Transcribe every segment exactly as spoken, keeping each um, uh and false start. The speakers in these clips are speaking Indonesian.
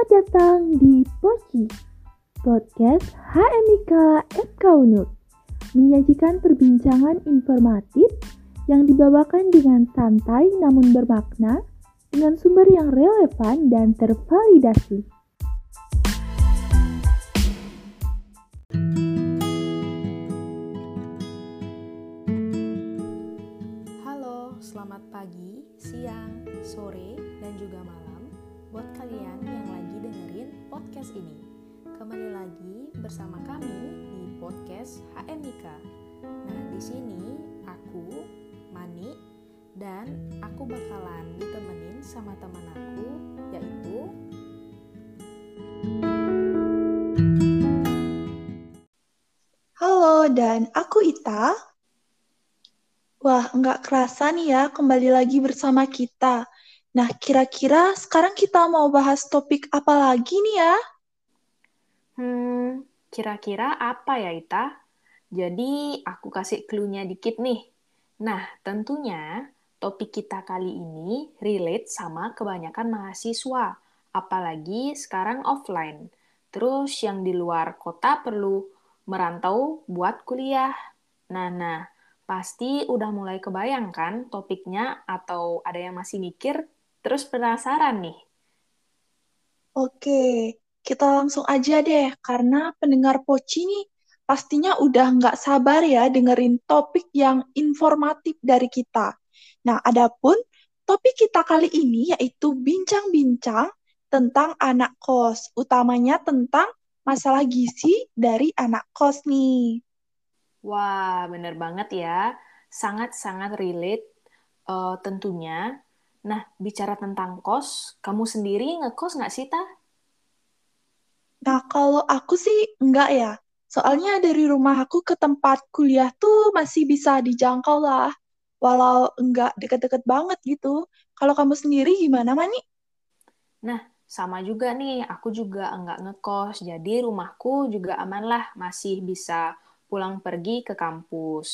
datang di Poci, podcast H M I K F K U N U R, menyajikan perbincangan informatif yang dibawakan dengan santai namun bermakna, dengan sumber yang relevan dan tervalidasi. Halo, selamat pagi, siang, sore, dan juga malam buat kalian yang lagi dengerin podcast ini. Kembali lagi bersama kami di podcast H M I K. Nah, di sini aku, Mani, dan aku bakalan ditemenin sama teman aku, yaitu Halo, dan aku Ita. Wah, nggak kerasa nih ya kembali lagi bersama kita. Nah, kira-kira sekarang kita mau bahas topik apa lagi nih ya? Hmm, kira-kira apa ya, Ita? Jadi, aku kasih clue-nya dikit nih. Nah, tentunya topik kita kali ini relate sama kebanyakan mahasiswa, apalagi sekarang offline. Terus yang di luar kota perlu merantau buat kuliah. Nah, nah, pasti udah mulai kebayang kan topiknya atau ada yang masih mikir, terus penasaran nih. Oke, kita langsung aja deh, karena pendengar Poci nih pastinya udah nggak sabar ya dengerin topik yang informatif dari kita. Nah, adapun topik kita kali ini yaitu bincang-bincang tentang anak kos, utamanya tentang masalah gizi dari anak kos nih. Wah, bener banget ya. Sangat-sangat relate eh, tentunya. Nah, bicara tentang kos, kamu sendiri ngekos nggak sih, Ta? Nah, kalau aku sih enggak ya. Soalnya dari rumah aku ke tempat kuliah tuh masih bisa dijangkau lah. Walau enggak deket-deket banget gitu. Kalau kamu sendiri gimana, Mani? Nah, sama juga nih. Aku juga nggak ngekos. Jadi rumahku juga aman lah. Masih bisa pulang pergi ke kampus.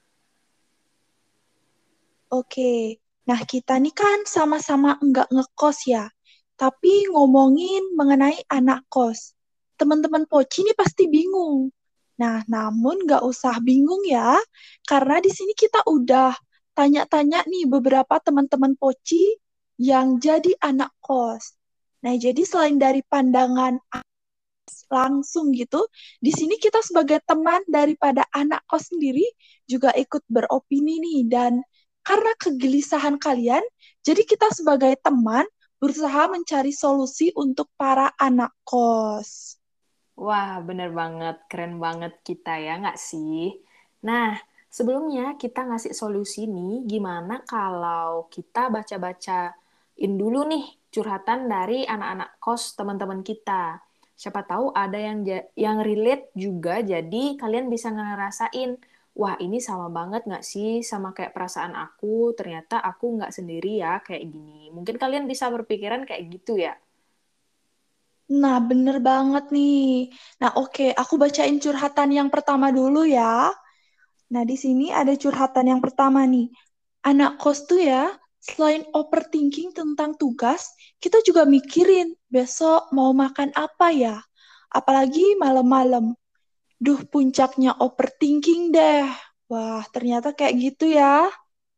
Oke. Nah, kita nih kan sama-sama enggak ngekos ya. Tapi ngomongin mengenai anak kos. Teman-teman Poci nih pasti bingung. Nah, namun nggak usah bingung ya. Karena di sini kita udah tanya-tanya nih beberapa teman-teman Poci yang jadi anak kos. Nah, jadi selain dari pandangan langsung gitu, di sini kita sebagai teman daripada anak kos sendiri juga ikut beropini nih. Dan karena kegelisahan kalian, jadi kita sebagai teman berusaha mencari solusi untuk para anak kos. Wah, bener banget. Keren banget kita ya, nggak sih? Nah, sebelumnya kita ngasih solusi nih, gimana kalau kita baca-bacain dulu nih curhatan dari anak-anak kos teman-teman kita. Siapa tahu ada yang ja- yang relate juga, jadi kalian bisa ngerasain, wah ini sama banget nggak sih sama kayak perasaan aku, ternyata aku nggak sendiri ya kayak gini. Mungkin kalian bisa berpikiran kayak gitu ya. Nah, bener banget nih. Nah, oke, aku bacain curhatan yang pertama dulu ya. Nah, di sini ada curhatan yang pertama nih. Anak kos tuh ya, selain overthinking tentang tugas, kita juga mikirin besok mau makan apa ya. Apalagi malam-malam. Duh, puncaknya overthinking deh. Wah, ternyata kayak gitu ya.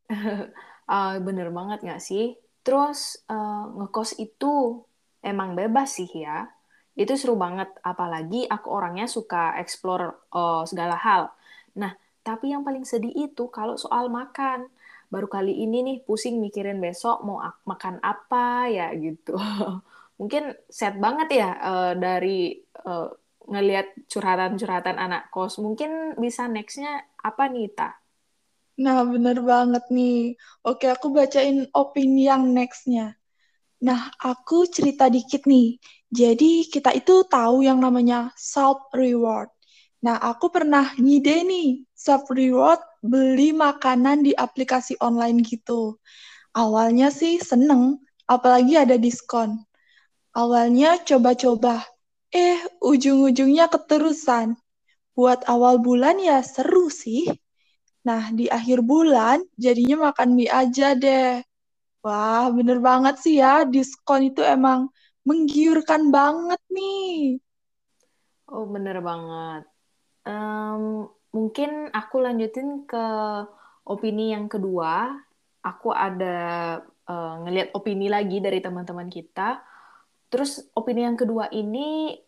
Ah, bener banget nggak sih? Terus eh, ngekos itu emang bebas sih ya. Itu seru banget, apalagi aku orangnya suka explore eh, segala hal. Nah, tapi yang paling sedih itu kalau soal makan. Baru kali ini nih pusing mikirin besok mau ak- makan apa ya gitu. Mungkin sad banget ya eh, dari eh, ngelihat curhatan-curhatan anak kos. Mungkin bisa nextnya apa nih, Ta? Nah, bener banget nih. Oke, aku bacain opini yang next-nya. Nah, aku cerita dikit nih. Jadi, kita itu tahu yang namanya self reward. Nah, aku pernah ngide nih, self reward beli makanan di aplikasi online gitu. Awalnya sih seneng, apalagi ada diskon. Awalnya coba-coba, eh ujung-ujungnya keterusan. Buat awal bulan ya seru sih. Nah, di akhir bulan jadinya makan mie aja deh. Wah, bener banget sih ya, diskon itu emang Menggiurkan banget nih. Oh, bener banget. Em, Mungkin aku lanjutin ke opini yang kedua. Aku ada eh, ngelihat opini lagi dari teman-teman kita. Terus opini yang kedua ini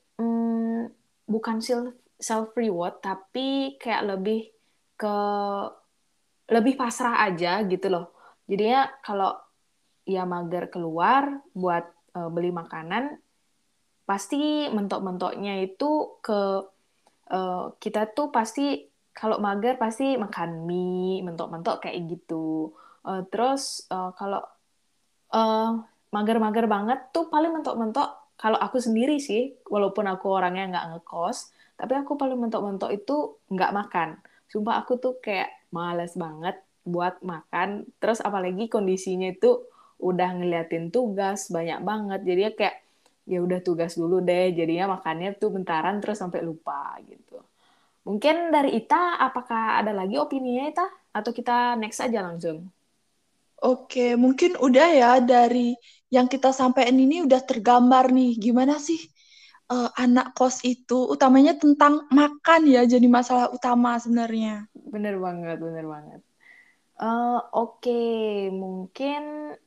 mm, bukan self self reward, tapi kayak lebih ke lebih pasrah aja gitu loh. Jadinya kalau ya mager keluar buat eh, beli makanan, pasti mentok-mentoknya itu ke eh, kita tuh pasti kalau mager pasti makan mie mentok-mentok kayak gitu. Eh, terus eh, kalau eh, mager-mager banget tuh paling mentok-mentok kalau aku sendiri sih, walaupun aku orangnya nggak ngekos, tapi aku paling mentok-mentok itu nggak makan. Sumpah aku tuh kayak males banget buat makan. Terus apalagi kondisinya itu udah ngeliatin tugas banyak banget, jadinya kayak ya udah tugas dulu deh. Jadinya makannya tuh bentaran terus sampai lupa gitu. Mungkin dari Ita, apakah ada lagi opininya Ita? Atau kita next aja langsung? Oke, mungkin udah ya dari yang kita sampaikan ini udah tergambar nih. Gimana sih eh, anak kos itu utamanya tentang makan ya jadi masalah utama sebenarnya. Bener banget, bener banget. Eh, Oke, mungkin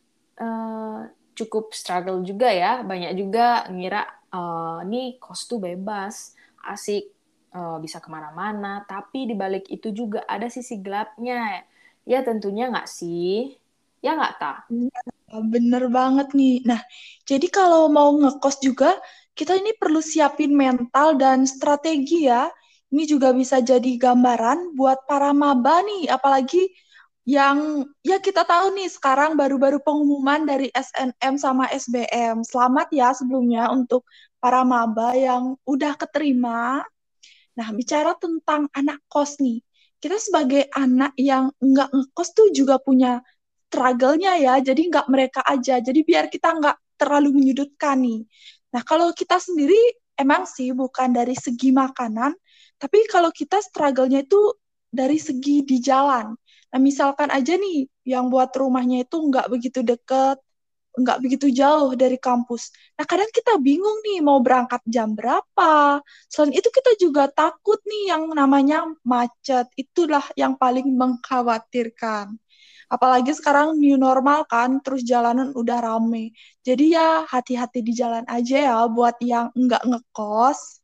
eh, cukup struggle juga ya. Banyak juga ngira eh, nih kos tuh bebas, asik, eh, bisa kemana-mana. Tapi di balik itu juga ada sisi gelapnya. Ya tentunya nggak sih? Ya nggak, Ta? Iya, bener banget nih. Nah, jadi kalau mau ngekos juga, kita ini perlu siapin mental dan strategi ya. Ini juga bisa jadi gambaran buat para maba nih, apalagi yang ya kita tahu nih sekarang baru-baru pengumuman dari S N M sama S B M. Selamat ya sebelumnya untuk para maba yang udah keterima. Nah, bicara tentang anak kos nih, kita sebagai anak yang nggak ngekos tuh juga punya struggle-nya ya, jadi nggak mereka aja. Jadi biar kita nggak terlalu menyudutkan nih. Nah, kalau kita sendiri emang sih bukan dari segi makanan, tapi kalau kita struggle-nya itu dari segi di jalan. Nah, misalkan aja nih, yang buat rumahnya itu nggak begitu deket, nggak begitu jauh dari kampus. Nah, kadang kita bingung nih mau berangkat jam berapa. Selain itu kita juga takut nih yang namanya macet. Itulah yang paling mengkhawatirkan. Apalagi sekarang new normal kan, terus jalanan udah rame. Jadi ya hati-hati di jalan aja ya buat yang nggak ngekos.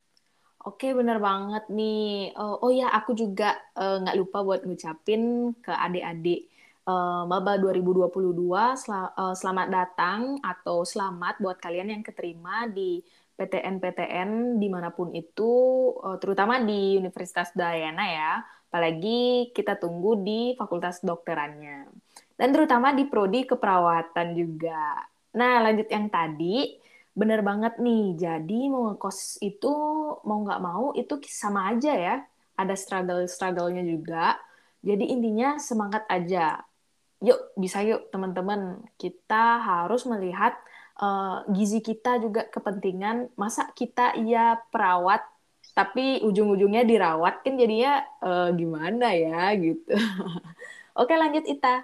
Oke, bener banget nih. Eh, oh ya, aku juga eh, nggak lupa buat ngucapin ke adik-adik eh, Maba dua ribu dua puluh dua, sel- eh, selamat datang atau selamat buat kalian yang keterima di P T N-P T N dimanapun itu, eh, terutama di Universitas Dayana ya. Apalagi kita tunggu di Fakultas Dokterannya. Dan terutama di Prodi Keperawatan juga. Nah, lanjut yang tadi. Bener banget nih, jadi mau ngekos itu mau nggak mau itu sama aja ya. Ada struggle-struggle-nya juga. Jadi intinya semangat aja. Yuk, bisa yuk teman-teman. Kita harus melihat eh, gizi kita juga kepentingan. Masa kita iya perawat, tapi ujung-ujungnya dirawat kan jadinya eh, gimana ya gitu. Oke lanjut Ita.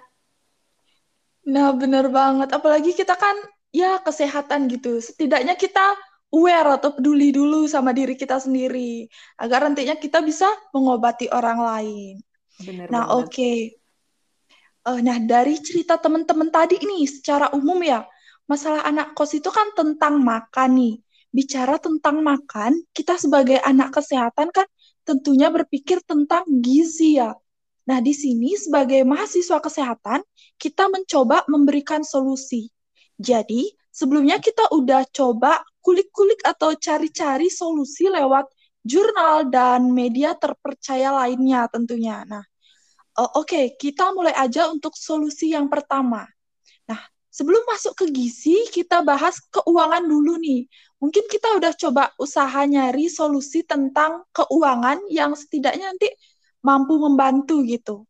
Nah, bener banget. Apalagi kita kan ya kesehatan gitu. Setidaknya kita aware atau peduli dulu sama diri kita sendiri. Agar nantinya kita bisa mengobati orang lain. Bener Nah, banget. oke. Eh, nah, dari cerita teman-teman tadi nih, secara umum ya, masalah anak kos itu kan tentang makan nih. Bicara tentang makan, kita sebagai anak kesehatan kan tentunya berpikir tentang gizi ya. Nah, di sini sebagai mahasiswa kesehatan, kita mencoba memberikan solusi. Jadi, sebelumnya kita udah coba kulik-kulik atau cari-cari solusi lewat jurnal dan media terpercaya lainnya tentunya. Nah, Oh, Oke, kita mulai aja untuk solusi yang pertama. Nah, sebelum masuk ke gizi, kita bahas keuangan dulu nih. Mungkin kita udah coba usaha nyari solusi tentang keuangan yang setidaknya nanti mampu membantu gitu.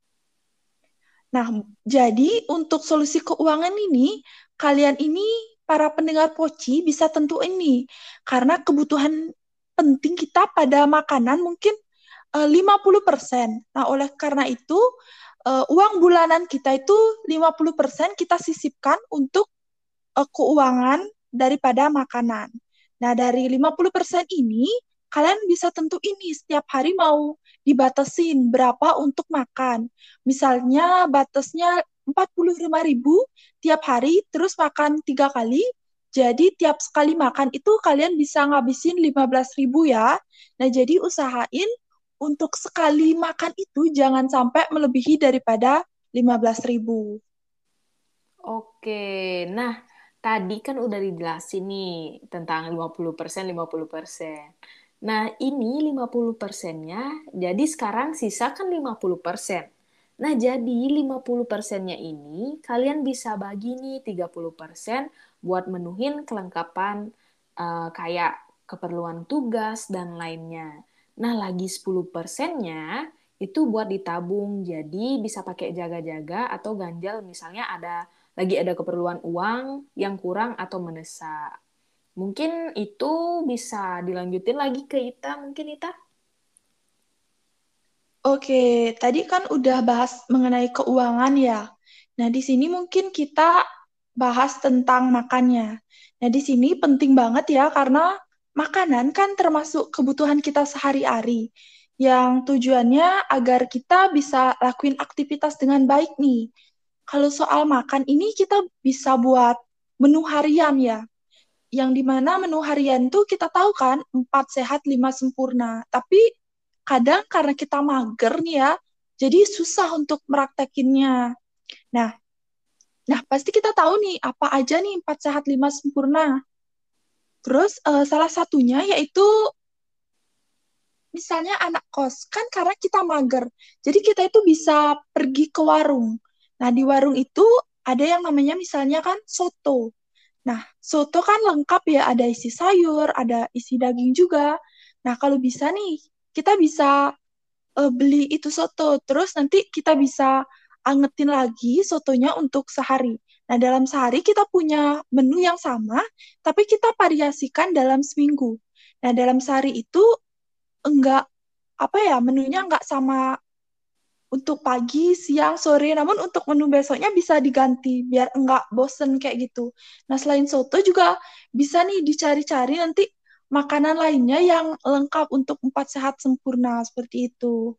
Nah, jadi untuk solusi keuangan ini, kalian ini para pendengar Poci bisa tentuin nih, karena kebutuhan penting kita pada makanan mungkin eh, lima puluh persen. Nah, oleh karena itu, eh, uang bulanan kita itu lima puluh persen kita sisipkan untuk eh, keuangan. daripada makanan. Nah, dari lima puluh persen ini, kalian bisa tentuin nih setiap hari mau dibatasin berapa untuk makan. Misalnya batasnya empat puluh lima ribu tiap hari, terus makan tiga kali. Jadi tiap sekali makan itu kalian bisa ngabisin lima belas ribu ya. Nah, jadi usahain untuk sekali makan itu jangan sampai melebihi daripada lima belas ribu. Oke, nah tadi kan udah dijelasin nih tentang lima puluh persen, lima puluh persen. Nah, ini lima puluh persennya, jadi sekarang sisa kan lima puluh persen. Nah, jadi lima puluh persennya ini kalian bisa bagi nih tiga puluh persen buat menuhin kelengkapan eh, kayak keperluan tugas dan lainnya. Nah, lagi sepuluh persennya itu buat ditabung, jadi bisa pakai jaga-jaga atau ganjal misalnya ada lagi ada keperluan uang yang kurang atau mendesak. Mungkin itu bisa dilanjutin lagi ke Ita, mungkin Ita? Oke, tadi kan udah bahas mengenai keuangan ya. Nah, di sini mungkin kita bahas tentang makannya. Nah, di sini penting banget ya karena makanan kan termasuk kebutuhan kita sehari-hari yang tujuannya agar kita bisa lakuin aktivitas dengan baik nih. Kalau soal makan ini kita bisa buat menu harian ya, yang dimana menu harian tuh kita tahu kan empat sehat lima sempurna. Tapi kadang karena kita mager nih ya, jadi susah untuk meraktekinnya. Nah, nah pasti kita tahu nih apa aja nih empat sehat lima sempurna. Terus eh, salah satunya yaitu misalnya anak kos kan karena kita mager, jadi kita itu bisa pergi ke warung. Nah di warung itu ada yang namanya misalnya kan soto. Nah, soto kan lengkap ya, ada isi sayur, ada isi daging juga. Nah, kalau bisa nih, kita bisa eh, beli itu soto, terus nanti kita bisa angetin lagi sotonya untuk sehari. Nah, dalam sehari kita punya menu yang sama, tapi kita variasikan dalam seminggu. Nah, dalam sehari itu enggak, apa ya, menunya enggak sama untuk pagi, siang, sore, namun untuk menu besoknya bisa diganti biar enggak bosen kayak gitu. Nah, selain soto juga bisa nih dicari-cari nanti makanan lainnya yang lengkap untuk empat sehat sempurna seperti itu.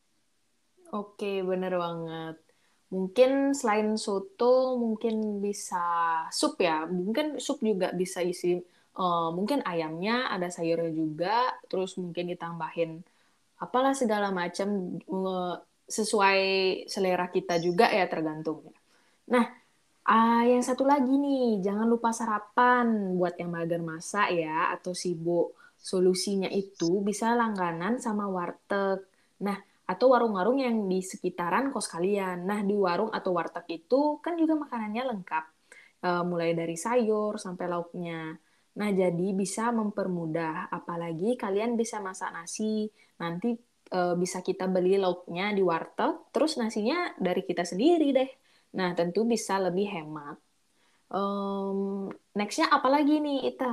Oke, bener banget. Mungkin selain soto, mungkin bisa sup ya. Mungkin sup juga bisa isi, eh, mungkin ayamnya ada sayurnya juga, terus mungkin ditambahin apalah segala macam eh, sesuai selera kita juga ya tergantung ya. Nah, ah, yang satu lagi nih, jangan lupa sarapan buat yang mager masak ya atau sibuk. Solusinya itu bisa langganan sama warteg. Nah, atau warung-warung yang di sekitaran kos kalian. Nah, di warung atau warteg itu kan juga makanannya lengkap. Eh, mulai dari sayur sampai lauknya. Nah, jadi bisa mempermudah. Apalagi kalian bisa masak nasi. Nanti eh, bisa kita beli lauknya di warteg, terus nasinya dari kita sendiri deh. Nah, tentu bisa lebih hemat. Um, Next-nya apa lagi nih, Ita?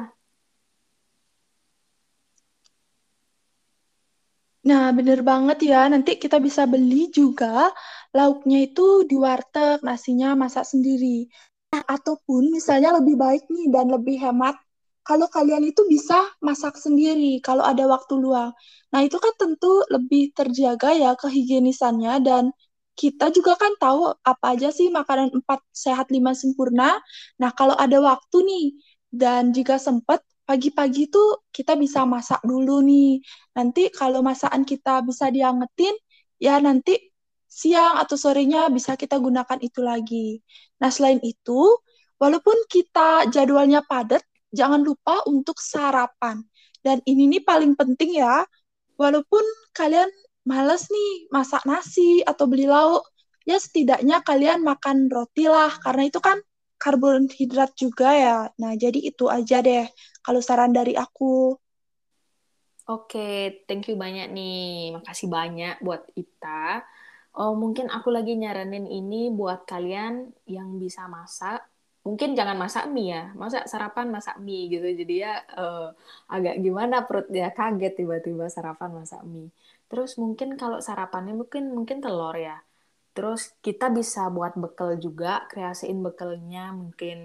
Nah, bener banget ya. Nanti kita bisa beli juga lauknya itu di warteg, nasinya masak sendiri. Ataupun misalnya lebih baik nih dan lebih hemat kalau kalian itu bisa masak sendiri kalau ada waktu luang. Nah, itu kan tentu lebih terjaga ya kehigienisannya dan kita juga kan tahu apa aja sih makanan empat sehat lima sempurna. Nah, kalau ada waktu nih dan jika sempat pagi-pagi tuh kita bisa masak dulu nih. Nanti kalau masakan kita bisa diangetin, ya nanti siang atau sorenya bisa kita gunakan itu lagi. Nah, selain itu, walaupun kita jadwalnya padat, jangan lupa untuk sarapan. Dan ini nih paling penting ya, walaupun kalian males nih masak nasi atau beli lauk, ya setidaknya kalian makan roti lah, karena itu kan karbohidrat juga ya. Nah, jadi itu aja deh kalau saran dari aku. Oke, thank you banyak nih. Makasih banyak buat Ita. Oh, mungkin aku lagi nyaranin ini buat kalian yang bisa masak. Mungkin jangan masak mie ya. Masak sarapan masak mie gitu. Jadi ya eh, agak gimana perut ya kaget tiba-tiba sarapan masak mie. Terus mungkin kalau sarapannya mungkin mungkin telur ya. Terus kita bisa buat bekal juga, kreasiin bekalnya mungkin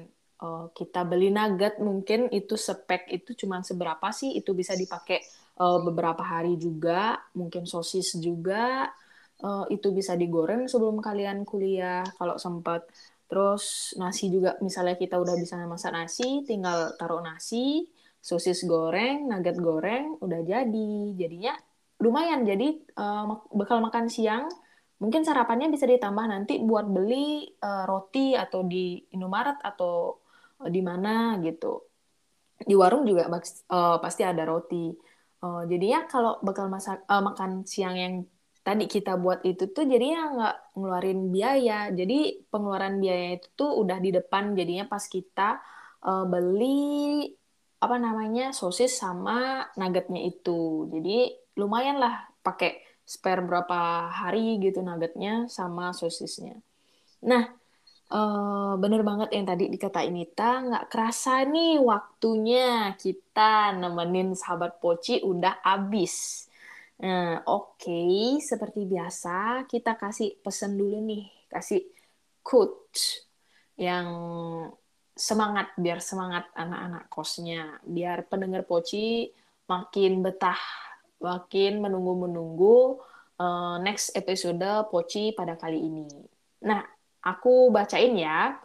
uh, kita beli nugget mungkin itu spek itu cuma seberapa sih, itu bisa dipakai uh, beberapa hari juga, mungkin sosis juga, uh, itu bisa digoreng sebelum kalian kuliah kalau sempat. Terus nasi juga, misalnya kita udah bisa masak nasi, tinggal taruh nasi, sosis goreng, nugget goreng, udah jadi. Jadinya lumayan, jadi uh, bekal makan siang. Mungkin sarapannya bisa ditambah nanti buat beli uh, roti atau di Indomaret atau uh, di mana gitu. Di warung juga uh, pasti ada roti. Uh, jadinya kalau bakal masak uh, makan siang yang tadi kita buat itu tuh jadinya nggak ngeluarin biaya. Jadi pengeluaran biaya itu tuh udah di depan. Jadinya pas kita uh, beli apa namanya sosis sama nuggetnya itu. Jadi lumayan lah pakai spare berapa hari gitu nuggetnya sama sosisnya. Nah, eh, bener banget yang tadi dikatain Nita, nggak kerasa nih waktunya kita nemenin sahabat Poci udah abis. Nah, oke, seperti biasa kita kasih pesan dulu nih, kasih quote yang semangat, biar semangat anak-anak kosnya, biar pendengar Poci makin betah, makin menunggu-menunggu uh, next episode Poci pada kali ini. Nah, aku bacain ya.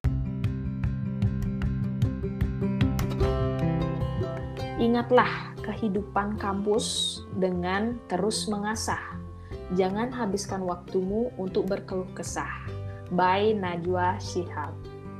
Ingatlah kehidupan kampus dengan terus mengasah. Jangan habiskan waktumu untuk berkeluh kesah. By Najwa Shihab.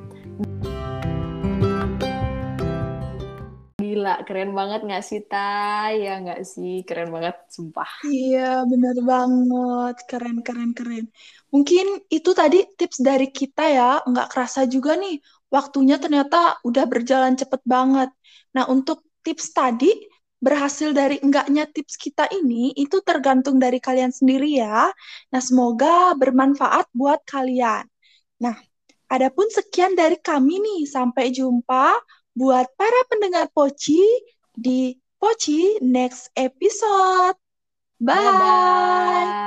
Gila, keren banget nggak sih, Tai? Ya nggak sih? Keren banget, sumpah. Iya, bener banget. Keren, keren, keren. Mungkin itu tadi tips dari kita ya. Nggak kerasa juga nih. Waktunya ternyata udah berjalan cepet banget. Nah, untuk tips tadi, berhasil dari enggaknya tips kita ini, itu tergantung dari kalian sendiri ya. Nah, semoga bermanfaat buat kalian. Nah, adapun sekian dari kami nih. Sampai jumpa buat para pendengar Poci di Poci next episode. Bye. Dadah.